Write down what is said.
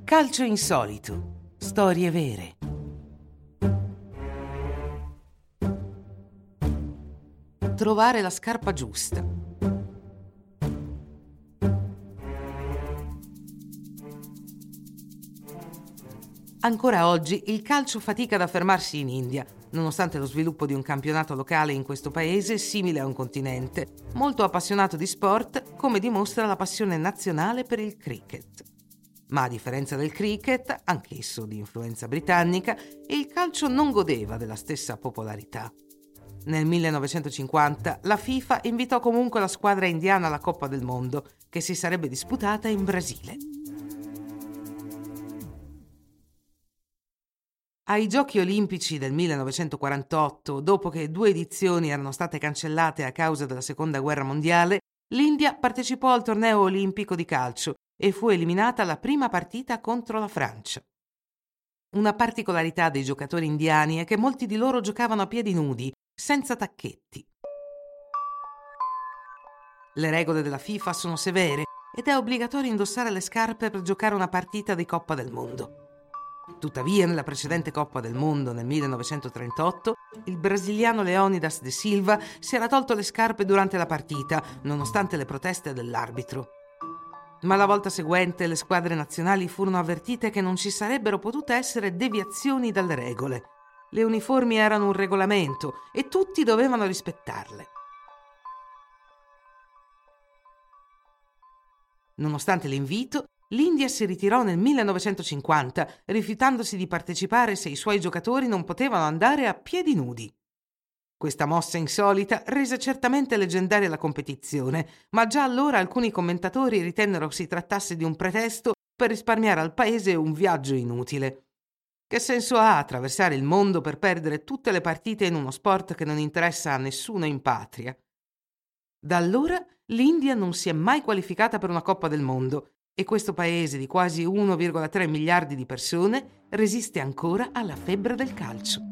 Calcio insolito. Storie vere. Trovare la scarpa giusta. Ancora oggi il calcio fatica ad affermarsi in India, nonostante lo sviluppo di un campionato locale in questo paese simile a un continente, molto appassionato di sport, come dimostra la passione nazionale per il cricket. Ma a differenza del cricket, anch'esso di influenza britannica, il calcio non godeva della stessa popolarità. Nel 1950 la FIFA invitò comunque la squadra indiana alla Coppa del Mondo, che si sarebbe disputata in Brasile. Ai Giochi Olimpici del 1948, dopo che 2 edizioni erano state cancellate a causa della Seconda Guerra Mondiale, l'India partecipò al torneo olimpico di calcio e fu eliminata alla prima partita contro la Francia. Una particolarità dei giocatori indiani è che molti di loro giocavano a piedi nudi, senza tacchetti. Le regole della FIFA sono severe ed è obbligatorio indossare le scarpe per giocare una partita di Coppa del Mondo. Tuttavia, nella precedente Coppa del Mondo, nel 1938, il brasiliano Leônidas de Silva si era tolto le scarpe durante la partita, nonostante le proteste dell'arbitro. Ma la volta seguente le squadre nazionali furono avvertite che non ci sarebbero potute essere deviazioni dalle regole. Le uniformi erano un regolamento e tutti dovevano rispettarle. Nonostante l'invito, l'India si ritirò nel 1950, rifiutandosi di partecipare se i suoi giocatori non potevano andare a piedi nudi. Questa mossa insolita rese certamente leggendaria la competizione, ma già allora alcuni commentatori ritennero si trattasse di un pretesto per risparmiare al paese un viaggio inutile. Che senso ha attraversare il mondo per perdere tutte le partite in uno sport che non interessa a nessuno in patria? Da allora l'India non si è mai qualificata per una Coppa del Mondo e questo paese di quasi 1,3 miliardi di persone resiste ancora alla febbre del calcio.